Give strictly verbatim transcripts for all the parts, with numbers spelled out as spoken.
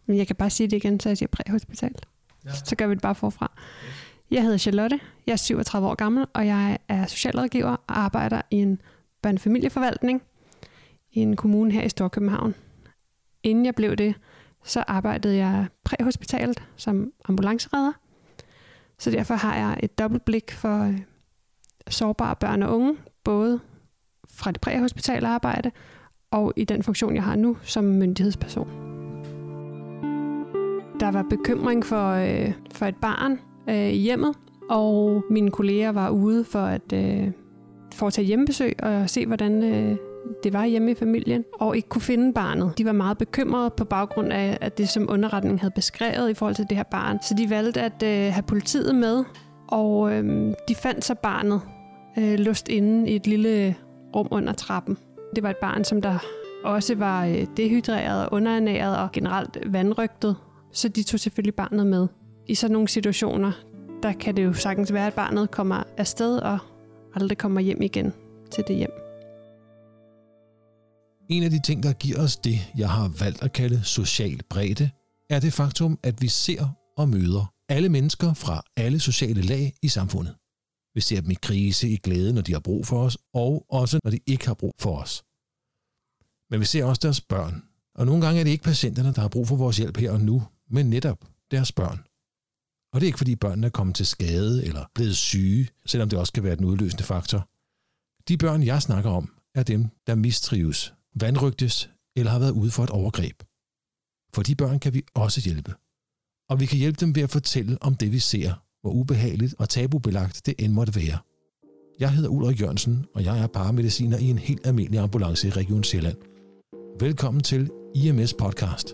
Men jeg kan bare sige det igen, så jeg siger præhospital. Ja. Så gør vi det bare forfra. Jeg hedder Charlotte, jeg er syvogtredive år gammel, og jeg er socialrådgiver og arbejder i en børnefamilieforvaltning i en kommune her i Storkøbenhavn. Inden jeg blev det, så arbejdede jeg præhospitalt som ambulanceredder. Så derfor har jeg et dobbeltblik for sårbare børn og unge, både fra det præhospitale arbejde og i den funktion, jeg har nu som myndighedsperson. Der var bekymring for, øh, for et barn øh, i hjemmet, og mine kolleger var ude for at øh, foretage hjemmebesøg og se, hvordan øh, det var hjemme i familien, og ikke kunne finde barnet. De var meget bekymrede på baggrund af at det, som underretningen havde beskrevet i forhold til det her barn. Så de valgte at øh, have politiet med, og øh, de fandt så barnet øh, låst inde i et lille rum under trappen. Det var et barn, som der også var øh, dehydreret og underernæret og generelt vandrygtet, så de tog selvfølgelig barnet med. I sådan nogle situationer, der kan det jo sagtens være, at barnet kommer afsted og aldrig kommer hjem igen til det hjem. En af de ting, der giver os det, jeg har valgt at kalde social bredde, er det faktum, at vi ser og møder alle mennesker fra alle sociale lag i samfundet. Vi ser dem i krise, i glæde, når de har brug for os, og også når de ikke har brug for os. Men vi ser også deres børn, og nogle gange er det ikke patienterne, der har brug for vores hjælp her og nu, men netop deres børn. Og det er ikke fordi børnene er kommet til skade eller blevet syge, selvom det også kan være den udløsende faktor. De børn, jeg snakker om, er dem, der mistrives, vanrygtes eller har været ude for et overgreb. For de børn kan vi også hjælpe. Og vi kan hjælpe dem ved at fortælle om det, vi ser, hvor ubehageligt og tabubelagt det end måtte være. Jeg hedder Ulrik Jørgensen, og jeg er paramediciner i en helt almindelig ambulance i Region Sjælland. Velkommen til I M S Podcast.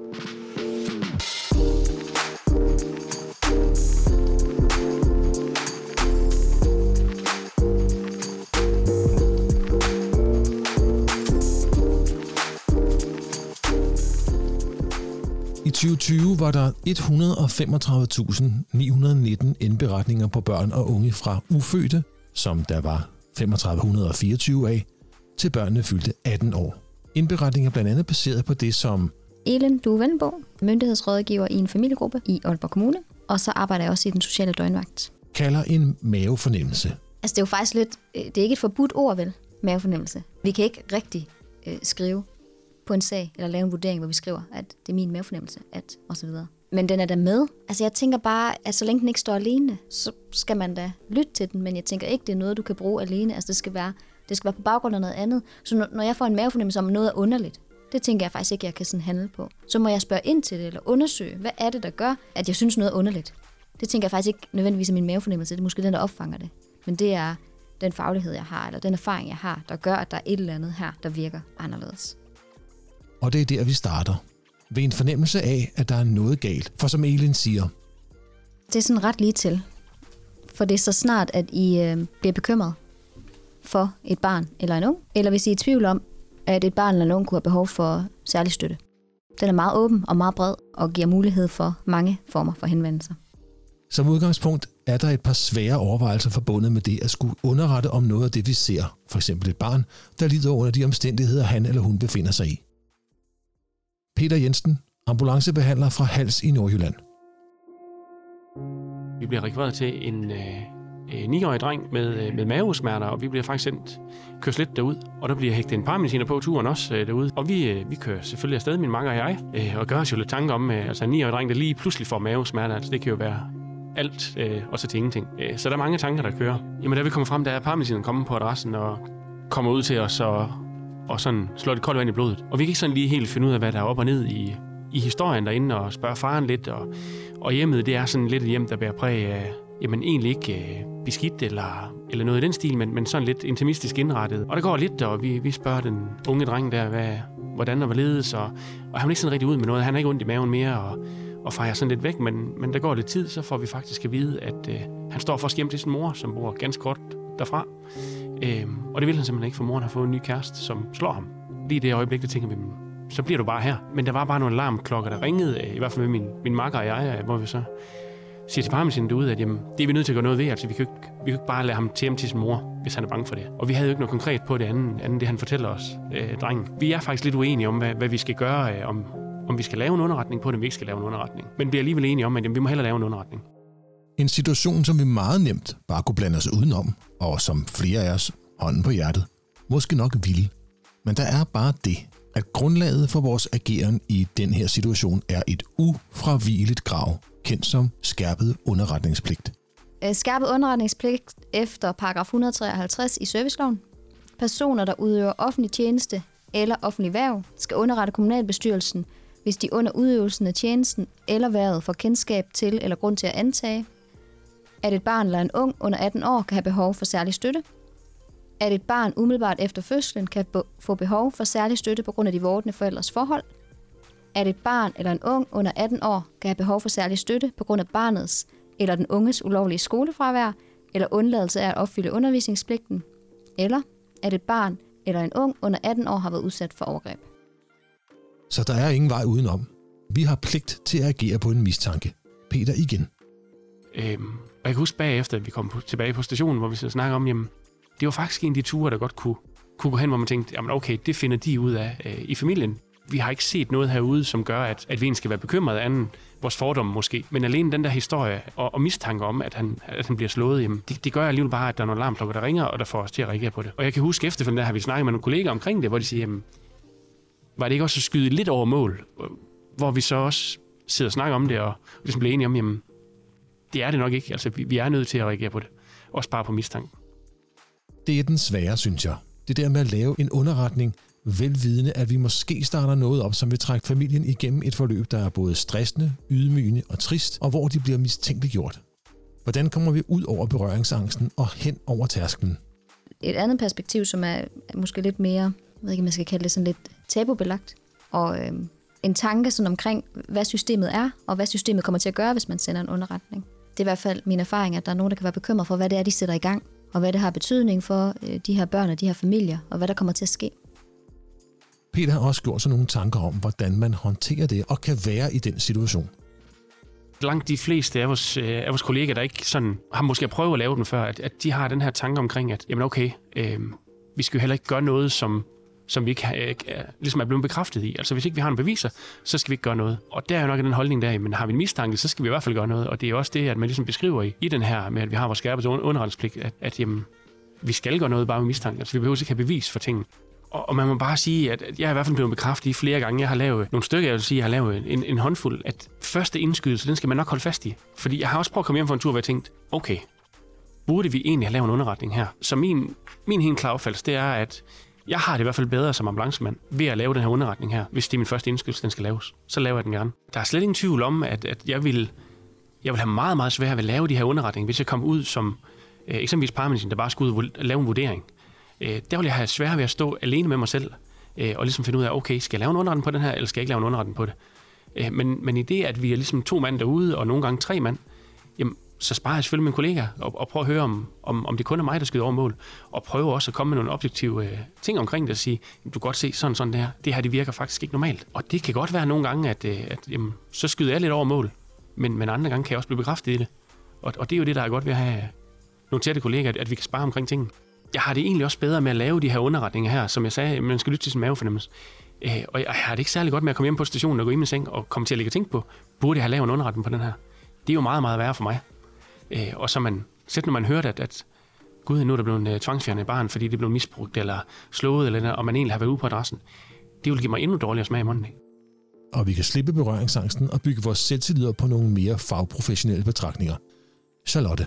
I tyve tyve var der et hundrede og femogtredive tusind ni hundrede og nitten indberetninger på børn og unge fra ufødte, som der var tre tusind fem hundrede og fireogtyve af, til børnene fyldte atten år. Indberetninger blandt andet baseret på det, som Elin Due Vendelbo, myndighedsrådgiver i en familiegruppe i Aalborg Kommune, og så arbejder jeg også i den sociale døgnvagt. Kalder en mavefornemmelse. Altså det er jo faktisk lidt, det er ikke et forbudt ord vel, mavefornemmelse. Vi kan ikke rigtig øh, skrive på en sag, eller lave en vurdering, hvor vi skriver, at det er min mavefornemmelse, at, og så videre. Men den er der med. Altså jeg tænker bare, at så længe den ikke står alene, så skal man da lytte til den, men jeg tænker ikke, det er noget, du kan bruge alene. Altså det skal være, det skal være på baggrund af noget andet. Så når jeg får en mavefornemmelse om noget er underligt, det tænker jeg faktisk ikke, jeg kan sådan handle på. Så må jeg spørge ind til det, eller undersøge, hvad er det, der gør, at jeg synes noget er underligt. Det tænker jeg faktisk ikke nødvendigvis er min mavefornemmelse, det er måske den, der opfanger det. Men det er den faglighed, jeg har, eller den erfaring, jeg har, der gør, at der er et eller andet her, der virker anderledes. Og det er der, vi starter. Ved en fornemmelse af, at der er noget galt. For som Elin siger. Det er sådan ret lige til. For det er så snart, at I øh, bliver bekymret for et barn eller en ung. Eller hvis I er i tvivl om, at et barn eller en ung kunne have behov for særlig støtte. Den er meget åben og meget bred og giver mulighed for mange former for henvendelser. Som udgangspunkt er der et par svære overvejelser forbundet med det at skulle underrette om noget af det, vi ser. For eksempel et barn, der lider under de omstændigheder, han eller hun befinder sig i. Peter Jensen, ambulancebehandler fra Hals i Nordjylland. Vi bliver rekvireret til en øh, niårig dreng med, øh, med mavesmerter, og vi bliver faktisk sendt køres lidt derud. Og der bliver hægtet en paramediciner på turen også øh, derude. Og vi, øh, vi kører selvfølgelig afsted, min makker og jeg, øh, og gør os jo lidt tanker om, øh, altså en niårig dreng, der lige pludselig får mavesmerter. Altså det kan jo være alt, øh, og så til ingenting. Øh, så der er mange tanker, der kører. Jamen da vi kommer frem, der er paramedicineren kommet på adressen og kommer ud til os og... og sådan slår det koldt vand i blodet. Og vi kan ikke sådan lige helt finde ud af, hvad der er op og ned i, i historien derinde, og spørge faren lidt. Og, og hjemmet, det er sådan lidt et hjem, der bærer præg af, jamen egentlig ikke øh, beskidt eller, eller noget i den stil, men, men sådan lidt intimistisk indrettet. Og der går lidt, og vi, vi spørger den unge dreng der, hvad, hvordan og hvorledes, og, og han er ikke sådan rigtig ud med noget. Han har ikke ondt i maven mere, og, og fejrer sådan lidt væk, men, men der går lidt tid, så får vi faktisk at vide, at øh, han står for at hjem til sin mor, som bor ganske kort derfra. Øhm, og det vil han simpelthen ikke, for moren har fået en ny kæreste, som slår ham. Lige i det øjeblik, der tænker vi, så bliver du bare her. Men der var bare nogle alarmklokker, der ringede, i hvert fald med min, min makker og jeg, hvor vi så siger til paramedicinen derude, at jamen, det er vi nødt til at gøre noget ved. Altså, vi kan ikke, vi kan ikke bare lade ham til hjem til sin mor, hvis han er bange for det. Og vi havde jo ikke noget konkret på det andet, andet det han fortæller os, øh, drengen. Vi er faktisk lidt uenige om, hvad, hvad vi skal gøre, øh, om, om vi skal lave en underretning på det, om vi ikke skal lave en underretning. Men vi er alligevel enige om, at jamen, vi må hellere lave en underretning. En situation, som vi meget nemt bare kunne blande os udenom, og som flere af os, hånden på hjertet, måske nok ville. Men der er bare det, at grundlaget for vores ageren i den her situation er et ufravigeligt krav, kendt som skærpet underretningspligt. Skærpet underretningspligt efter paragraf et hundrede og treoghalvtreds i serviceloven. Personer, der udøver offentlig tjeneste eller offentlig hverv, skal underrette kommunalbestyrelsen, hvis de under udøvelsen af tjenesten eller hvervet får kendskab til eller grund til at antage, at et barn eller en ung under atten år kan have behov for særlig støtte, at et barn umiddelbart efter fødslen kan få behov for særlig støtte på grund af de vordende forældres forhold, at et barn eller en ung under atten år kan have behov for særlig støtte på grund af barnets eller den unges ulovlige skolefravær eller undladelse af at opfylde undervisningspligten, eller at et barn eller en ung under atten år har været udsat for overgreb. Så der er ingen vej udenom. Vi har pligt til at agere på en mistanke. Peter igen. Øhm, og jeg kan huske bagefter, at vi kom på, tilbage på stationen, hvor vi så snakkede om, jamen, det var faktisk en af de ture, der godt kunne, kunne gå hen, hvor man tænkte, jamen okay, det finder de ud af øh, i familien. Vi har ikke set noget herude, som gør, at, at vi egentlig skal være bekymrede af anden vores fordomme måske. Men alene den der historie og, og mistanke om, at han, at han bliver slået, jamen, det, det gør alligevel bare, at der er nogle alarmklokker, der ringer, og der får os til at reagere på det. Og jeg kan huske efterfølgende, der har vi snakket med nogle kolleger omkring det, hvor de siger, jamen, var det ikke også at skyde lidt over mål? Hvor vi så også sidder og snakker om det, og ligesom bliver enige om, jamen, det er det nok ikke. Altså, vi, vi er nødt til at reagere på det. Også bare på mistanken. Det er den svære, synes jeg. Det der med at lave en underretning, velvidende, at vi måske starter noget op, som vil trække familien igennem et forløb, der er både stressende, ydmygende og trist, og hvor de bliver mistænkeliggjort. Hvordan kommer vi ud over berøringsangsten og hen over tærsklen? Et andet perspektiv, som er måske lidt mere, jeg ved ikke, man skal kalde det sådan lidt tabubelagt, og øh, en tanke sådan omkring, hvad systemet er, og hvad systemet kommer til at gøre, hvis man sender en underretning. Det er i hvert fald min erfaring, at der er nogen, der kan være bekymret for, hvad det er, de sætter i gang, og hvad det har betydning for øh, de her børn og de her familier, og hvad der kommer til at ske. Peter har også gjort sig nogle tanker om, hvordan man håndterer det og kan være i den situation. Langt de fleste af vores, af vores kolleger, der ikke sådan, har måske prøvet at lave den før, at, at de har den her tanke omkring, at jamen okay, øh, vi skal jo heller ikke gøre noget, som, som vi ikke, ikke ligesom er blevet bekræftet i. Altså hvis ikke vi har en beviser, så skal vi ikke gøre noget. Og der er jo nok den holdning der, men har vi en mistanke, så skal vi i hvert fald gøre noget. Og det er også det, at man ligesom beskriver i, i den her med, at vi har vores skærpede underretningspligt, at, at jamen, vi skal gøre noget bare med mistanke. Altså vi behøver ikke have bevis for tingene. Og man må bare sige, at jeg er i hvert fald blevet bekræftet i flere gange. Jeg har lavet nogle stykker, jeg vil sige, jeg har lavet en, en håndfuld, at første indskydelse, den skal man nok holde fast i. Fordi jeg har også prøvet at komme hjem fra en tur, hvor jeg tænkte, okay, burde vi egentlig have lavet en underretning her? Så min, min helt klare opfattelse, det er, at jeg har det i hvert fald bedre som ambulancemand ved at lave den her underretning her. Hvis det er min første indskydelse, den skal laves, så laver jeg den gerne. Der er slet ingen tvivl om, at, at jeg, vil, jeg vil have meget, meget svært ved at lave de her underretninger, hvis jeg kommer ud som øh, eksempelvis paramedicin, der bare skulle ud og lave en vurdering. Der vil jeg have svært ved at stå alene med mig selv og ligesom finde ud af, okay, skal jeg lave en underretning på den her, eller skal jeg ikke lave en underretning på det? Men, men i det, at vi er ligesom to mand derude, og nogle gange tre mand, jamen, så sparer jeg selvfølgelig mine kollegaer og, og prøver at høre, om, om, om det kun er mig, der skyder over mål, og prøver også at komme med nogle objektive øh, ting omkring det og sige, du kan godt se sådan sådan det her, det her det virker faktisk ikke normalt. Og det kan godt være nogle gange, at, øh, at jamen, så skyder jeg lidt over mål, men, men andre gange kan jeg også blive bekræftet i det. Og, og det er jo det, der er godt ved at have nogle tætte kollegaer, at, at vi kan spare omkring tingene. Jeg har det egentlig også bedre med at lave de her underretninger her, som jeg sagde, man skal lytte til sin mavefornemmelse. Øh, og jeg har det ikke særlig godt med at komme hjem på stationen og gå i min seng og komme til at ligge og tænke på, burde jeg have lavet en underretning på den her? Det er jo meget, meget værre for mig. Øh, og så man, selv når man hørte, at, at gud, nu er der blevet uh, tvangsfjernet barn, fordi det blev misbrugt eller slået, eller, og man egentlig har været ude på adressen, det vil give mig endnu dårligere smag i munden. Og vi kan slippe berøringsangsten og bygge vores selvtillid på nogle mere fagprofessionelle betragtninger. Charlotte.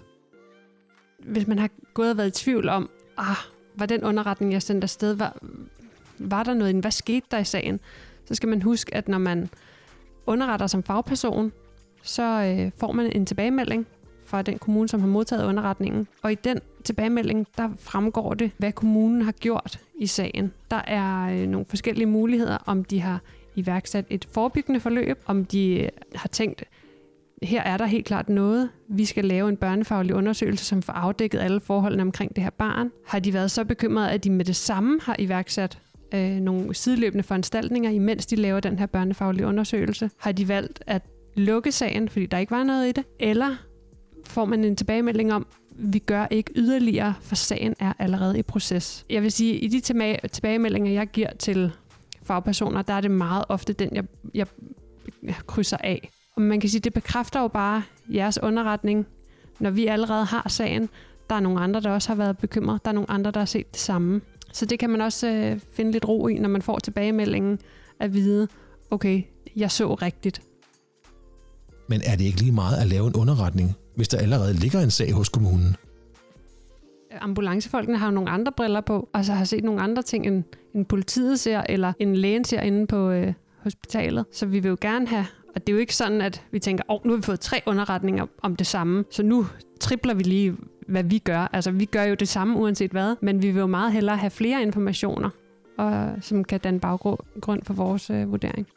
Hvis man har gået og været i tvivl om, ah, var den underretning, jeg sendte afsted, var, var der noget, hvad skete der i sagen? Så skal man huske, at når man underretter som fagperson, så øh, får man en tilbagemelding fra den kommune, som har modtaget underretningen. Og i den tilbagemelding, der fremgår det, hvad kommunen har gjort i sagen. Der er øh, nogle forskellige muligheder, om de har iværksat et forebyggende forløb, om de øh, har tænkt, her er der helt klart noget. Vi skal lave en børnefaglig undersøgelse, som får afdækket alle forholdene omkring det her barn. Har de været så bekymrede, at de med det samme har iværksat øh, nogle sideløbende foranstaltninger, imens de laver den her børnefaglige undersøgelse? Har de valgt at lukke sagen, fordi der ikke var noget i det? Eller får man en tilbagemelding om, vi gør ikke yderligere, for sagen er allerede i proces? Jeg vil sige, i de tilbagemeldinger, jeg giver til fagpersoner, der er det meget ofte den, jeg, jeg krydser af. Og man kan sige, det bekræfter jo bare jeres underretning, når vi allerede har sagen. Der er nogle andre, der også har været bekymret. Der er nogle andre, der har set det samme. Så det kan man også øh, finde lidt ro i, når man får tilbagemeldingen at vide, okay, jeg så rigtigt. Men er det ikke lige meget at lave en underretning, hvis der allerede ligger en sag hos kommunen? Ambulancefolkene har jo nogle andre briller på, og så har set nogle andre ting, end, end politiet ser, eller en lægen ser inde på øh, hospitalet. Så vi vil jo gerne have, og det er jo ikke sådan, at vi tænker, åh, oh, nu har vi fået tre underretninger om det samme, så nu tripler vi lige, hvad vi gør. Altså, vi gør jo det samme uanset hvad, men vi vil jo meget hellere have flere informationer, og, som kan danne baggrund for vores øh, vurdering.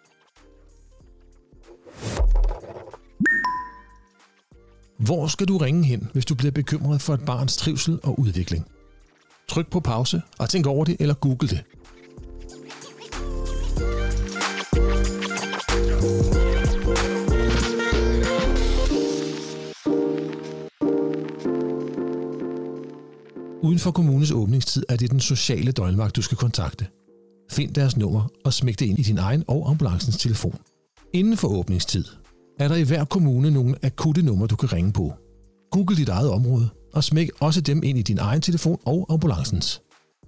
Hvor skal du ringe hen, hvis du bliver bekymret for et barns trivsel og udvikling? Tryk på pause og tænk over det, eller google det. Uden for kommunens åbningstid er det den sociale døgnvagt, du skal kontakte. Find deres nummer og smæk det ind i din egen og ambulancens telefon. Inden for åbningstid er der i hver kommune nogle akutte numre, du kan ringe på. Google dit eget område og smæk også dem ind i din egen telefon og ambulancens.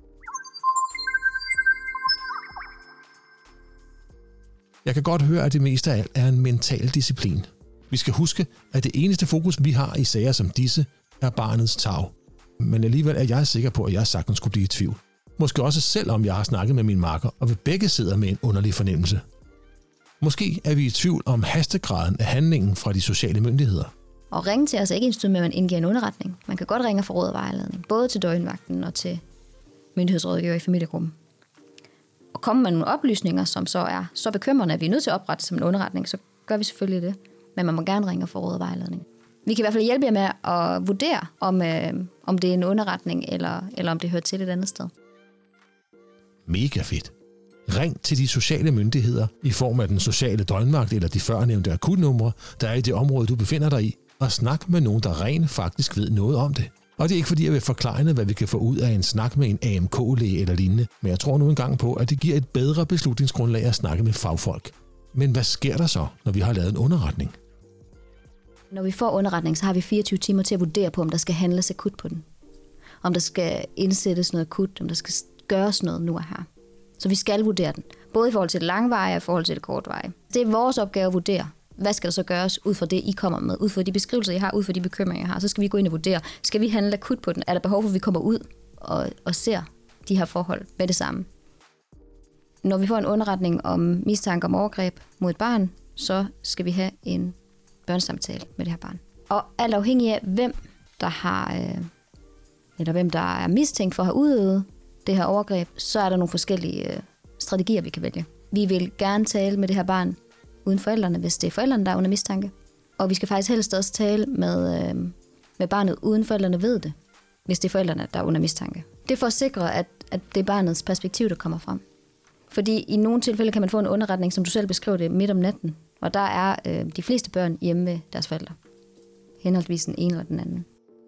Jeg kan godt høre, at det meste af alt er en mental disciplin. Vi skal huske, at det eneste fokus, vi har i sager som disse, er barnets tarv. Men alligevel er jeg sikker på, at jeg sagtens skulle blive i tvivl. Måske også selvom jeg har snakket med min makker, og vi begge sidder med en underlig fornemmelse. Måske er vi i tvivl om hastegraden af handlingen fra de sociale myndigheder. Og ringe til os er ikke ensbetydende med, at man indgiver en underretning. Man kan godt ringe og få råd og vejledning, både til døgnvagten og til myndighedsrådgiver i familiegruppen. Og kommer man nogle oplysninger, som så er så bekymrende, at vi er nødt til at oprette som en underretning, så gør vi selvfølgelig det. Men man må gerne ringe og få råd og vejledning. Vi kan i hvert fald hjælpe jer med at vurdere, om, øh, om det er en underretning, eller, eller om det hører til et andet sted. Mega fedt. Ring til de sociale myndigheder i form af den sociale døgnvagt eller de førnævnte akutnumre, der er i det område, du befinder dig i, og snak med nogen, der rent faktisk ved noget om det. Og det er ikke fordi, jeg vil forklare, hvad vi kan få ud af en snak med en A M K-læge eller lignende, men jeg tror nu engang på, at det giver et bedre beslutningsgrundlag at snakke med fagfolk. Men hvad sker der så, når vi har lavet en underretning? Når vi får underretning, så har vi fireogtyve timer til at vurdere på, om der skal handles akut på den. Om der skal indsættes noget akut, om der skal gøres noget nu og her. Så vi skal vurdere den, både i forhold til det langvarige og i forhold til det kortvarige. Det er vores opgave at vurdere, hvad skal der så gøres ud fra det, I kommer med, ud fra de beskrivelser, I har, ud fra de bekymringer, I har. Så skal vi gå ind og vurdere, skal vi handle akut på den? Er der behov for, at vi kommer ud og, og ser de her forhold med det samme? Når vi får en underretning om mistanke om overgreb mod et barn, så skal vi have en børnesamtale med det her barn. Og alt afhængig af, hvem der har, øh, eller hvem der er mistænkt for at have udøvet det her overgreb, så er der nogle forskellige øh, strategier, vi kan vælge. Vi vil gerne tale med det her barn uden forældrene, hvis det er forældrene, der er under mistanke. Og vi skal faktisk helst også tale med, øh, med barnet, uden forældrene ved det, hvis det er forældrene, der er under mistanke. Det er for at sikre, at, at det er barnets perspektiv, der kommer frem. Fordi i nogle tilfælde kan man få en underretning, som du selv beskriver det, midt om natten, og der er øh, de fleste børn hjemme med deres forældre. Henholdsvis den ene eller den anden.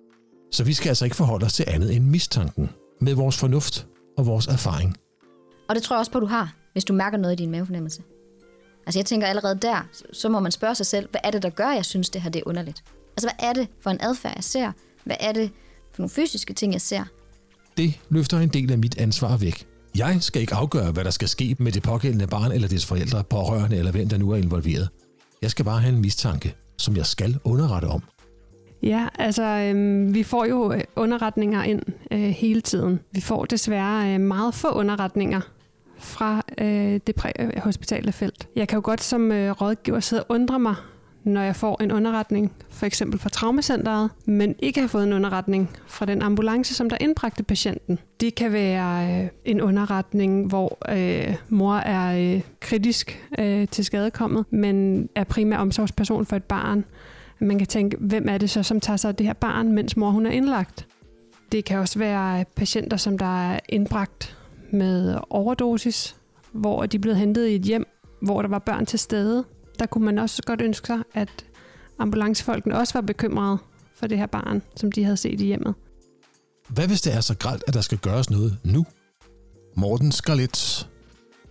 Så vi skal altså ikke forholde os til andet end mistanken, med vores fornuft og vores erfaring. Og det tror jeg også på, du har, hvis du mærker noget i din mavefornemmelse. Altså jeg tænker allerede der, så må man spørge sig selv, hvad er det, der gør, at jeg synes, det her det er underligt? Altså hvad er det for en adfærd, jeg ser? Hvad er det for nogle fysiske ting, jeg ser? Det løfter en del af mit ansvar væk. Jeg skal ikke afgøre, hvad der skal ske med det pågældende barn eller dets forældre, pårørende eller hvem der nu er involveret. Jeg skal bare have en mistanke, som jeg skal underrette om. Ja, altså øh, vi får jo underretninger ind øh, hele tiden. Vi får desværre øh, meget få underretninger fra øh, det præhospitale felt. Jeg kan jo godt som øh, rådgiver sidde og undre mig, når jeg får en underretning, for eksempel fra traumacenteret, men ikke har fået en underretning fra den ambulance, som der indbragte patienten. Det kan være øh, en underretning, hvor øh, mor er øh, kritisk øh, til skadekommet, men er primær omsorgsperson for et barn. Man kan tænke, hvem er det så, som tager sig af det her barn, mens mor hun er indlagt? Det kan også være patienter, som der er indbragt med overdosis, hvor de er blevet hentet i et hjem, hvor der var børn til stede. Der kunne man også godt ønske sig, at ambulancefolkene også var bekymrede for det her barn, som de havde set i hjemmet. Hvad hvis det er så grelt, at der skal gøres noget nu? Morten Scarlett,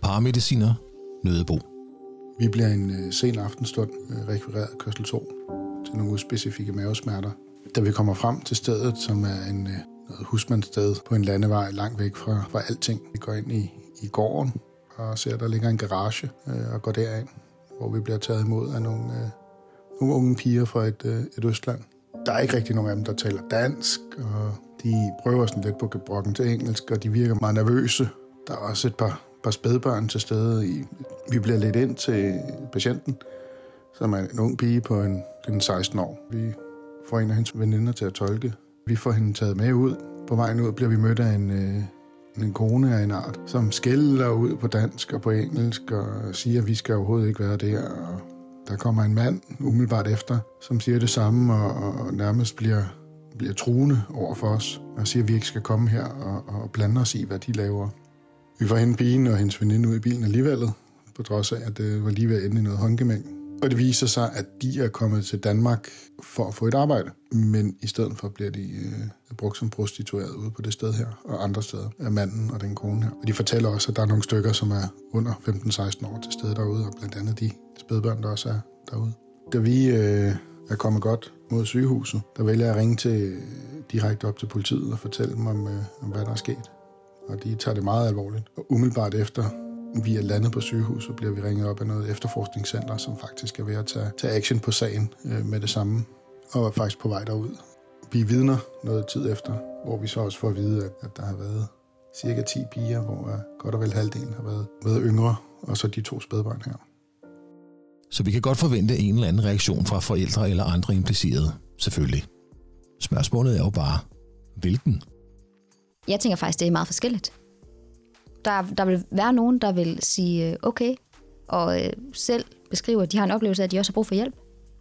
paramediciner Nødebo. Vi bliver en sen aftenstund rekvireret kørsel to til nogle uspecifikke mavesmerter. Da vi kommer frem til stedet, som er en noget husmandssted på en landevej langt væk fra, fra alting. Vi går ind i, i gården og ser, der ligger en garage øh, og går derind, hvor vi bliver taget imod af nogle, øh, nogle unge piger fra et, øh, et østland. Der er ikke rigtig nogen af dem, der taler dansk, og de prøver sådan lidt på gebrokken til engelsk, og de virker meget nervøse. Der er også et par, par spædbørn til stede. I, vi bliver lidt ind til patienten, som er en ung pige på en, en seksten år. Vi får en af hendes veninder til at tolke. Vi får hende taget med ud. På vejen ud bliver vi mødt af en, øh, en kone af en art, som skælder ud på dansk og på engelsk og siger, at vi skal overhovedet ikke være der. Og der kommer en mand umiddelbart efter, som siger det samme og, og nærmest bliver, bliver truende over for os og siger, at vi ikke skal komme her og, og blande os i, hvad de laver. Vi får hende pigen og hendes veninde ud i bilen alligevel, på trods af, at det var lige ved at ende i noget håndgemæng. Og det viser sig, at de er kommet til Danmark for at få et arbejde, men i stedet for bliver de øh, brugt som prostitueret ude på det sted her, og andre steder af manden og den kone her. Og de fortæller også, at der er nogle stykker, som er under femten seksten år til stede derude, og blandt andet de spædbørn, der også er derude. Da vi øh, er kommet godt mod sygehuset, der vælger jeg at ringe til, direkte op til politiet og fortælle dem om, øh, om, hvad der er sket. Og de tager det meget alvorligt. Og umiddelbart efter vi er landet på sygehuset, bliver vi ringet op af noget efterforskningscenter, som faktisk er ved at tage, tage action på sagen øh, med det samme, og er faktisk på vej derud. Vi vidner noget tid efter, hvor vi så også får at vide, at, at der har været cirka ti piger, hvor uh, godt og vel halvdelen har været, været yngre, og så de to spædbørn her. Så vi kan godt forvente en eller anden reaktion fra forældre eller andre implicerede, selvfølgelig. Spørgsmålet er jo bare, hvilken? Jeg tænker faktisk, det er meget forskelligt. Der, der vil være nogen, der vil sige okay, og øh, selv beskrive, at de har en oplevelse af, at de også har brug for hjælp.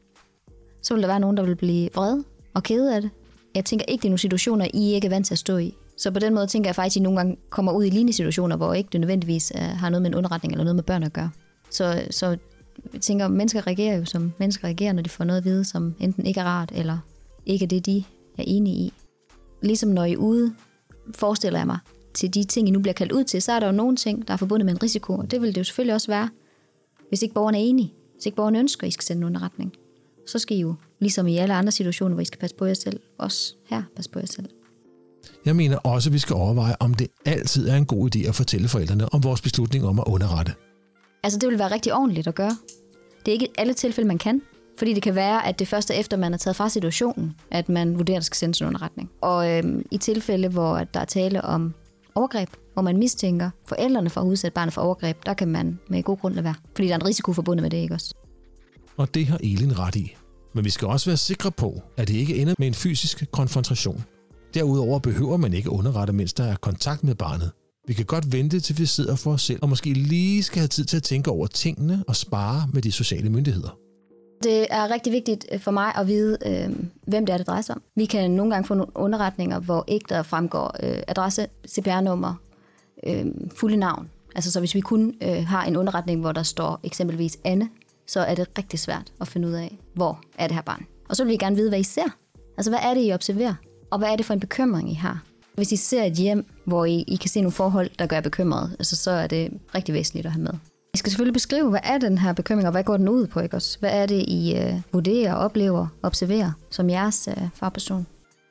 Så vil der være nogen, der vil blive vrede og kede af det. Jeg tænker ikke, det er nogle situationer, I ikke er vant til at stå i. Så på den måde tænker jeg faktisk, at I nogle gange kommer ud i lignende situationer, hvor ikke det nødvendigvis er, har noget med en underretning eller noget med børn at gøre. Så, så jeg tænker, at mennesker reagerer jo som mennesker reagerer, når de får noget at vide, som enten ikke er rart, eller ikke er det, de er enige i. Ligesom når I er ude, forestiller jeg mig, til de ting, I nu bliver kaldt ud til, så er der jo nogle ting, der er forbundet med en risiko, og det vil det jo selvfølgelig også være, hvis ikke borgerne er enige, hvis ikke borgerne ønsker, at I skal sende en underretning. Så skal I jo, ligesom i alle andre situationer, hvor I skal passe på jer selv, også her passe på jer selv. Jeg mener også, at vi skal overveje, om det altid er en god idé at fortælle forældrene om vores beslutning om at underrette. Altså det vil være rigtig ordentligt at gøre. Det er ikke alle tilfælde, man kan, fordi det kan være, at det først er efter, man er taget fra situationen, at man vurderer, at der skal sendes en underretning. Og øhm, i tilfælde, hvor der er tale om overgreb, hvor man mistænker forældrene for at udsætte barnet for overgreb, der kan man med god grund lade være. Fordi der er en risiko forbundet med det, ikke også? Og det har Elin ret i. Men vi skal også være sikre på, at det ikke ender med en fysisk konfrontation. Derudover behøver man ikke underrette, mens der er kontakt med barnet. Vi kan godt vente, til vi sidder for os selv, og måske lige skal have tid til at tænke over tingene og spare med de sociale myndigheder. Det er rigtig vigtigt for mig at vide, øh, hvem det er, det drejer sig om. Vi kan nogle gange få nogle underretninger, hvor ikke der fremgår øh, adresse, C P R-nummer, øh, fulde navn. Altså så hvis vi kun øh, har en underretning, hvor der står eksempelvis Anne, så er det rigtig svært at finde ud af, hvor er det her barn. Og så vil vi gerne vide, hvad I ser. Altså hvad er det, I observerer? Og hvad er det for en bekymring, I har? Hvis I ser et hjem, hvor I, I kan se nogle forhold, der gør jer bekymret, altså, så er det rigtig væsentligt at have med. I skal selvfølgelig beskrive, hvad er den her bekymring, og hvad går den ud på, ikke også? Hvad er det, I øh, vurderer, oplever, observerer som jeres øh, farperson?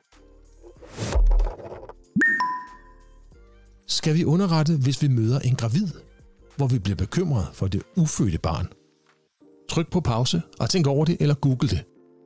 Skal vi underrette, hvis vi møder en gravid, hvor vi bliver bekymret for det ufødte barn? Tryk på pause og tænk over det, eller google det.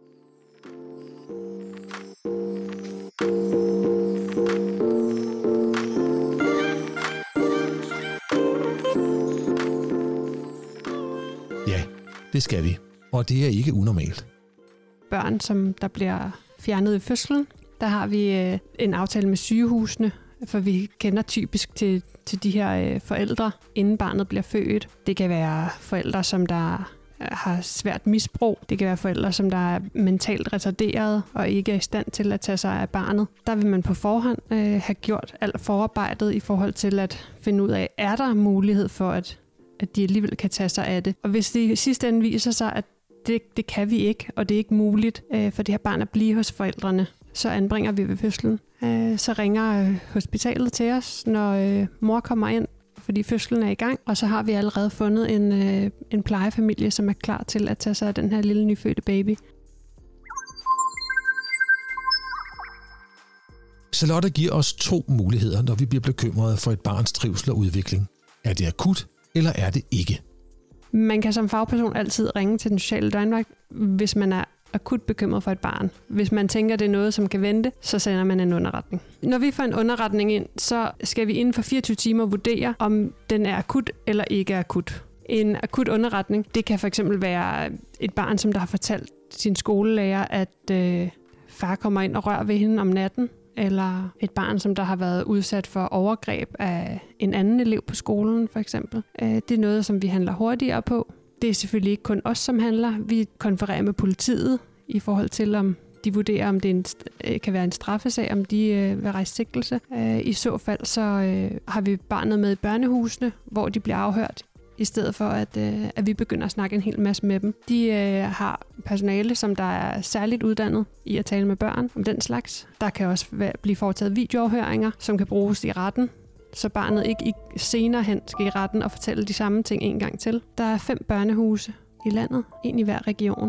Ja, det skal vi, og det er ikke unormalt. Børn, som der bliver fjernet i fødslen, der har vi øh, en aftale med sygehusene, for vi kender typisk til, til de her øh, forældre, inden barnet bliver født. Det kan være forældre, som der har svært misbrug. Det kan være forældre, som der er mentalt retarderet og ikke er i stand til at tage sig af barnet. Der vil man på forhånd øh, have gjort alt forarbejdet i forhold til at finde ud af, er der mulighed for, at, at de alligevel kan tage sig af det. Og hvis det i sidste ende viser sig, at det, det kan vi ikke, og det er ikke muligt øh, for det her barn at blive hos forældrene, så anbringer vi ved fødslen. Øh, så ringer øh, hospitalet til os, når øh, mor kommer ind fordi fødslen er i gang, og så har vi allerede fundet en, øh, en plejefamilie, som er klar til at tage sig af den her lille nyfødte baby. Charlotte giver os to muligheder, når vi bliver bekymrede for et barns trivsel og udvikling. Er det akut, eller er det ikke? Man kan som fagperson altid ringe til den sociale døgnvagt, hvis man er akut bekymret for et barn. Hvis man tænker, det er noget, som kan vente, så sender man en underretning. Når vi får en underretning ind, så skal vi inden for fireogtyve timer vurdere, om den er akut eller ikke er akut. En akut underretning, det kan for eksempel være et barn, som der har fortalt sin skolelærer, at øh, far kommer ind og rører ved hende om natten, eller et barn, som der har været udsat for overgreb af en anden elev på skolen, for eksempel. Det er noget, som vi handler hurtigere på. Det er selvfølgelig ikke kun os, som handler. Vi konfererer med politiet i forhold til, om de vurderer, om det en, kan være en straffesag, om de øh, vil rejse sigtelse. I så fald så øh, har vi barnet med i børnehusene, hvor de bliver afhørt, i stedet for, at, øh, at vi begynder at snakke en hel masse med dem. De øh, har personale, som der er særligt uddannet i at tale med børn om den slags. Der kan også være, blive foretaget videoafhøringer, som kan bruges i retten, så barnet ikke i, senere hen skal i retten og fortælle de samme ting en gang til. Der er fem børnehuse i landet, en i hver region.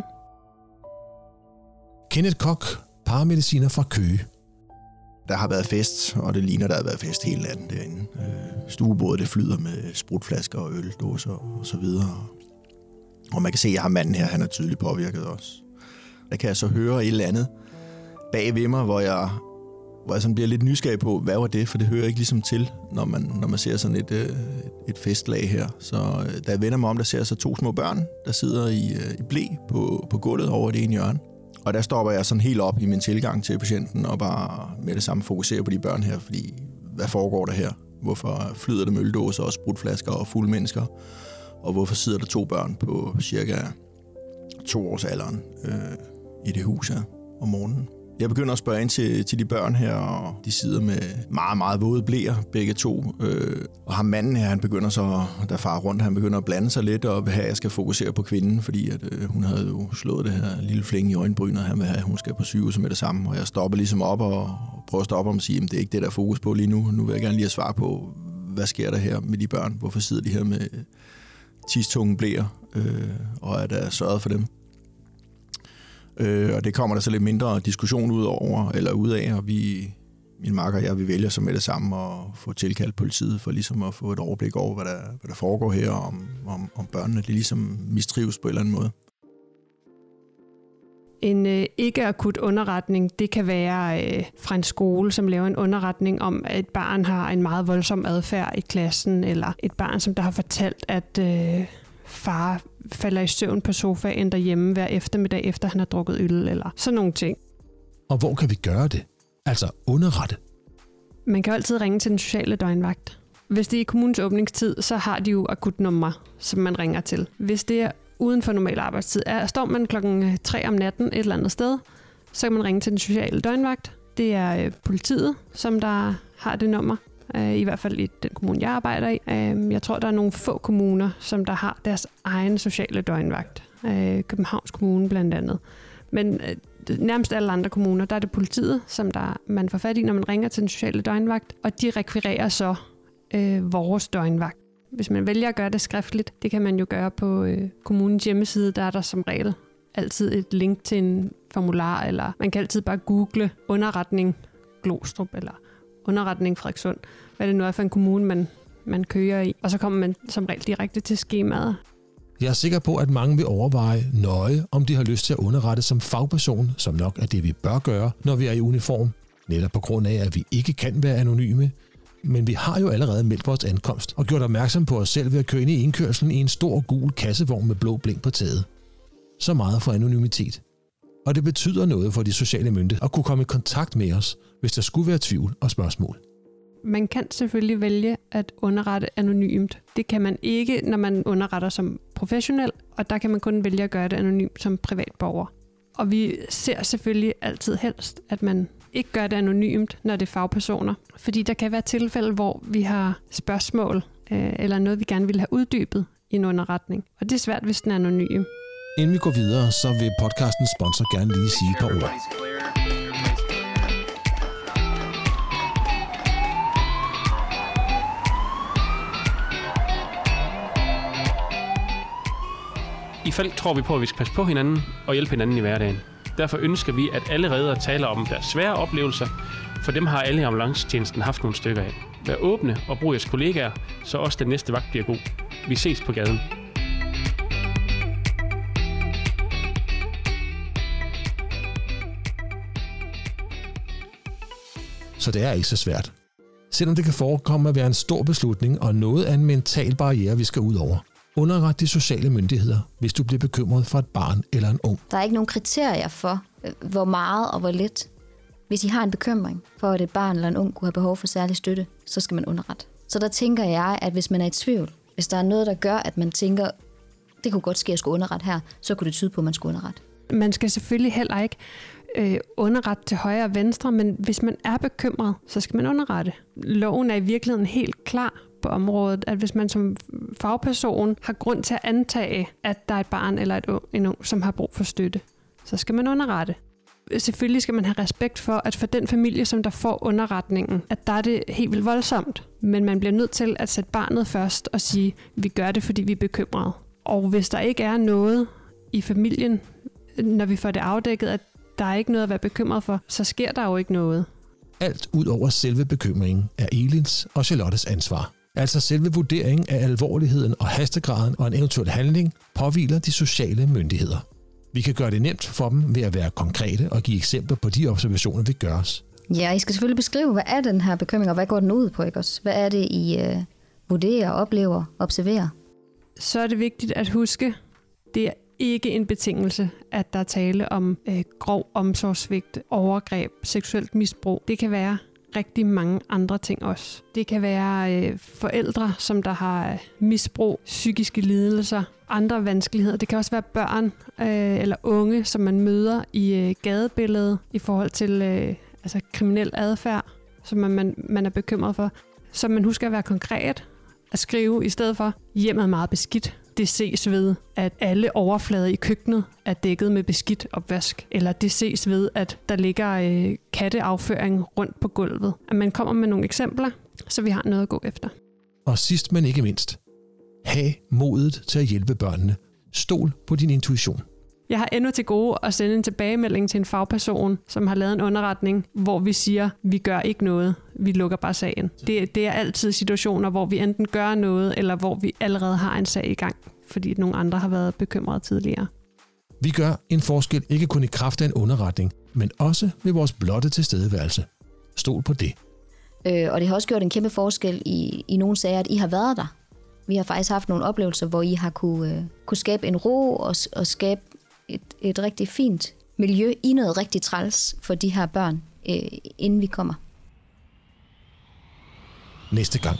Kenneth Koch, paramediciner fra Køge. Der har været fest, og det ligner, der har været fest hele natten derinde. Øh, stuebordet, det flyder med sprutflasker og øldåser og så videre. Og man kan se, at jeg har manden her, han er tydeligt påvirket også. Der kan jeg så høre et eller andet bag ved mig, hvor jeg, hvor jeg sådan bliver lidt nysgerrig på, hvad var det? For det hører ikke ligesom til, når man, når man ser sådan et, et, et festlag her. Så da jeg vender mig om, der ser jeg så to små børn, der sidder i, i ble på, på gulvet over det ene hjørne. Og der stopper jeg sådan helt op i min tilgang til patienten og bare med det samme fokuserer på de børn her, fordi hvad foregår der her? Hvorfor flyder der med øldåser og sprutflasker og fulde mennesker? Og hvorfor sidder der to børn på cirka to års alderen øh, i det hus her om morgenen? Jeg begynder at spørge ind til, til de børn her, og de sidder med meget, meget våde bleer, begge to. Øh, og ham manden her, han begynder så, der farer rundt, han begynder at blande sig lidt, og vil have, at jeg skal fokusere på kvinden, fordi at, øh, hun havde jo slået det her lille fling i øjenbrynet, og han vil have, at hun skal på sygehuset med det samme. Og jeg stopper ligesom op og prøver at stoppe om og sige, at det er ikke det, der er fokus på lige nu. Nu vil jeg gerne lige have svar på, hvad sker der her med de børn? Hvorfor sidder de her med tistunge bleer, øh, og er der sørget for dem? Øh, og det kommer der så lidt mindre diskussion ud over, eller ud af, og vi, min makker og jeg, vi vælger så med det samme og få tilkaldt politiet for ligesom at få et overblik over, hvad der, hvad der foregår her, om, om, om børnene de ligesom mistrives på en eller anden måde. En øh, ikke-akut underretning, det kan være øh, fra en skole, som laver en underretning om, at et barn har en meget voldsom adfærd i klassen, eller et barn, som der har fortalt, at øh, far falder i søvn på sofaen derhjemme hver eftermiddag, efter han har drukket øl, eller sådan nogle ting. Og hvor kan vi gøre det? Altså underrette? Man kan jo altid ringe til den sociale døgnvagt. Hvis det er i kommunens åbningstid, så har de jo akutnumre, som man ringer til. Hvis det er uden for normal arbejdstid, er, står man klokken tre om natten et eller andet sted, så kan man ringe til den sociale døgnvagt. Det er øh, politiet, som der har det nummer. I hvert fald i den kommune, jeg arbejder i. Jeg tror, der er nogle få kommuner, som der har deres egen sociale døgnvagt. Københavns Kommune blandt andet. Men nærmest alle andre kommuner, der er det politiet, som der man får fat i, når man ringer til den sociale døgnvagt, og de rekvirerer så øh, vores døgnvagt. Hvis man vælger at gøre det skriftligt, det kan man jo gøre på øh, kommunens hjemmeside, der er der som regel altid et link til en formular, eller man kan altid bare google underretning Glostrup, eller underretning Frederikssund, hvad det nu er for en kommune, man, man kører i. Og så kommer man som regel direkte til skemaet. Jeg er sikker på, at mange vil overveje nøje, om de har lyst til at underrette som fagperson, som nok er det, vi bør gøre, når vi er i uniform. Netop på grund af, at vi ikke kan være anonyme. Men vi har jo allerede meldt vores ankomst og gjort opmærksom på os selv ved at køre ind i indkørslen i en stor gul kassevogn med blå blink på taget. Så meget for anonymitet. Og det betyder noget for de sociale myndigheder at kunne komme i kontakt med os, hvis der skulle være tvivl og spørgsmål. Man kan selvfølgelig vælge at underrette anonymt. Det kan man ikke, når man underretter som professionel, og der kan man kun vælge at gøre det anonymt som privatborger. Og vi ser selvfølgelig altid helst, at man ikke gør det anonymt, når det er fagpersoner. Fordi der kan være tilfælde, hvor vi har spørgsmål, øh, eller noget, vi gerne vil have uddybet i en underretning. Og det er svært, hvis den er anonym. Inden vi går videre, så vil podcastens sponsor gerne lige sige et par ord. I Falck tror vi på, at vi skal passe på hinanden og hjælpe hinanden i hverdagen. Derfor ønsker vi, at alle reddere taler om deres svære oplevelser, for dem har alle i ambulancetjenesten haft nogle stykker af. Vær åbne og brug jeres kollegaer, så også den næste vagt bliver god. Vi ses på gaden. Så det er ikke så svært. Selvom det kan forekomme at være en stor beslutning og noget af en mental barriere, vi skal ud over. Underret de sociale myndigheder, hvis du bliver bekymret for et barn eller en ung. Der er ikke nogen kriterier for, hvor meget og hvor lidt. Hvis I har en bekymring for, at et barn eller en ung kunne have behov for særlig støtte, så skal man underrette. Så der tænker jeg, at hvis man er i tvivl, hvis der er noget, der gør, at man tænker, det kunne godt ske, at jeg skulle underrette her, så kunne det tyde på, at man skulle underrette. Man skal selvfølgelig heller ikke øh, underrette til højre og venstre, men hvis man er bekymret, så skal man underrette. Loven er i virkeligheden helt klar på området, at hvis man som fagperson har grund til at antage, at der er et barn eller et ung, en ung, som har brug for støtte, så skal man underrette. Selvfølgelig skal man have respekt for, at for den familie, som der får underretningen, at der er det helt vildt voldsomt. Men man bliver nødt til at sætte barnet først og sige, vi gør det, fordi vi er bekymrede. Og hvis der ikke er noget i familien, når vi får det afdækket, at der er ikke noget at være bekymret for, så sker der jo ikke noget. Alt ud over selve bekymringen er Elins og Charlottes ansvar. Altså selve vurderingen af alvorligheden og hastegraden og en eventuel handling påhviler de sociale myndigheder. Vi kan gøre det nemt for dem ved at være konkrete og give eksempler på de observationer, vi gør os. Ja, I skal selvfølgelig beskrive, hvad er den her bekymring, og hvad går den ud på, ikke også? Hvad er det, I øh, vurderer, oplever, observerer? Så er det vigtigt at huske, det er ikke en betingelse, at der er tale om øh, grov omsorgssvigt, overgreb, seksuelt misbrug. Det kan være rigtig mange andre ting også. Det kan være øh, forældre, som der har misbrug, psykiske lidelser, andre vanskeligheder. Det kan også være børn øh, eller unge, som man møder i øh, gadebilledet i forhold til øh, altså kriminel adfærd, som man, man er bekymret for. Så man husker at være konkret, at skrive i stedet for, hjemmet er meget beskidt. Det ses ved, at alle overflader i køkkenet er dækket med beskidt opvask. Eller det ses ved, at der ligger øh, katteafføring rundt på gulvet. At man kommer med nogle eksempler, så vi har noget at gå efter. Og sidst men ikke mindst, have modet til at hjælpe børnene. Stol på din intuition. Jeg har endnu til gode at sende en tilbagemelding til en fagperson, som har lavet en underretning, hvor vi siger, vi gør ikke noget, vi lukker bare sagen. Det, det er altid situationer, hvor vi enten gør noget, eller hvor vi allerede har en sag i gang, fordi nogle andre har været bekymrede tidligere. Vi gør en forskel ikke kun i kraft af en underretning, men også med vores blotte tilstedeværelse. Stol på det. Øh, og det har også gjort en kæmpe forskel i, i nogle sager, at I har været der. Vi har faktisk haft nogle oplevelser, hvor I har kunne, øh, kunne skabe en ro og, og skabe et, et rigtig fint miljø i noget rigtig træls for de her børn, øh, inden vi kommer. Næste gang.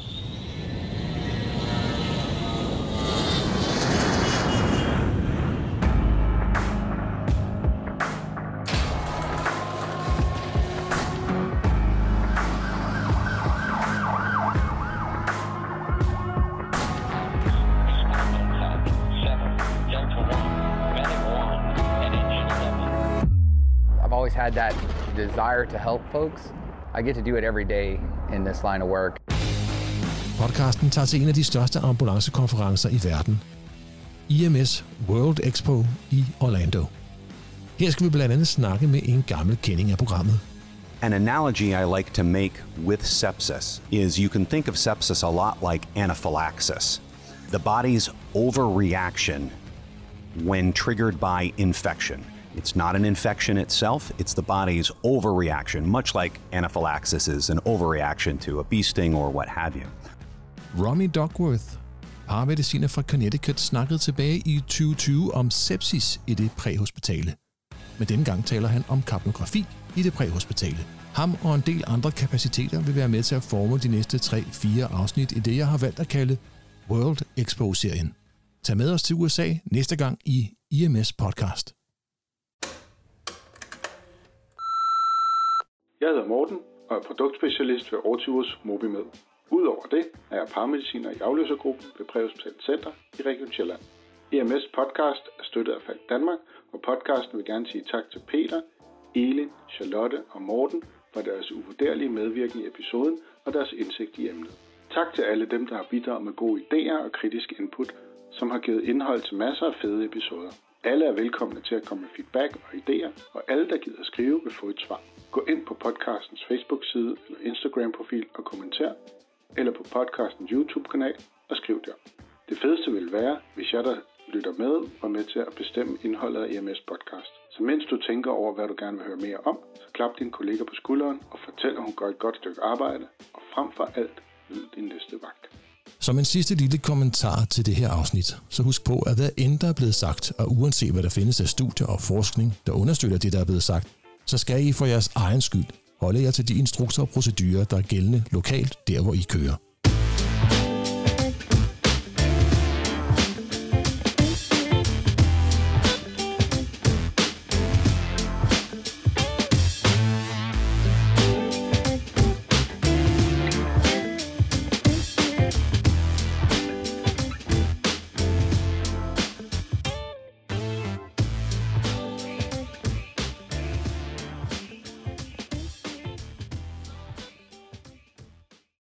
Had that desire to help folks. I get to do it every day in this line of work. Podcasten tager til en af de største ambulancekonferencer i verden. I M S World Expo i Orlando. Her skal vi blandt andet snakke med en gammel kending af programmet. An analogy I like to make with sepsis is you can think of sepsis a lot like anaphylaxis. The body's overreaction when triggered by infection. It's not an infection itself, it's the body's overreaction, much like anaphylaxis is an overreaction to a bee sting or what have you. Romy Duckworth, paramediciner fra Connecticut, snakkede tilbage i tyve tyve om sepsis i det præhospitale. Men denne gang taler han om kapnografi i det præhospitale. Ham og en del andre kapaciteter vil være med til at forme de næste tre fire afsnit i det, jeg har valgt at kalde World Expo-serien. Tag med os til U S A næste gang i I M S Podcast. Jeg hedder Morten og er produktspecialist ved Ortivus Mobimed. Udover det er jeg paramediciner i afløsergruppen ved Præhospitalet Center i Region Sjælland. I M S Podcast er støttet af Falck Danmark, og podcasten vil gerne sige tak til Peter, Elin, Charlotte og Morten for deres uvurderlige medvirken i episoden og deres indsigt i emnet. Tak til alle dem, der har bidraget med gode idéer og kritisk input, som har givet indhold til masser af fede episoder. Alle er velkomne til at komme med feedback og idéer, og alle, der gider skrive, vil få et svar. Gå ind på podcastens Facebook-side eller Instagram-profil og kommenter, eller på podcastens YouTube-kanal og skriv der. Det fedeste vil være, hvis jeg, der lytter med, var med til at bestemme indholdet af E M S podcast. Så mens du tænker over, hvad du gerne vil høre mere om, så klap din kollega på skulderen og fortæl, at hun gør et godt stykke arbejde, og frem for alt, lyd din næste vagt. Som en sidste lille kommentar til det her afsnit, så husk på, at hvad end der er blevet sagt, og uanset hvad der findes af studier og forskning, der understøtter det, der er blevet sagt, så skal I for jeres egen skyld holde jer til de instrukser og procedurer, der er gældende lokalt, der hvor I kører.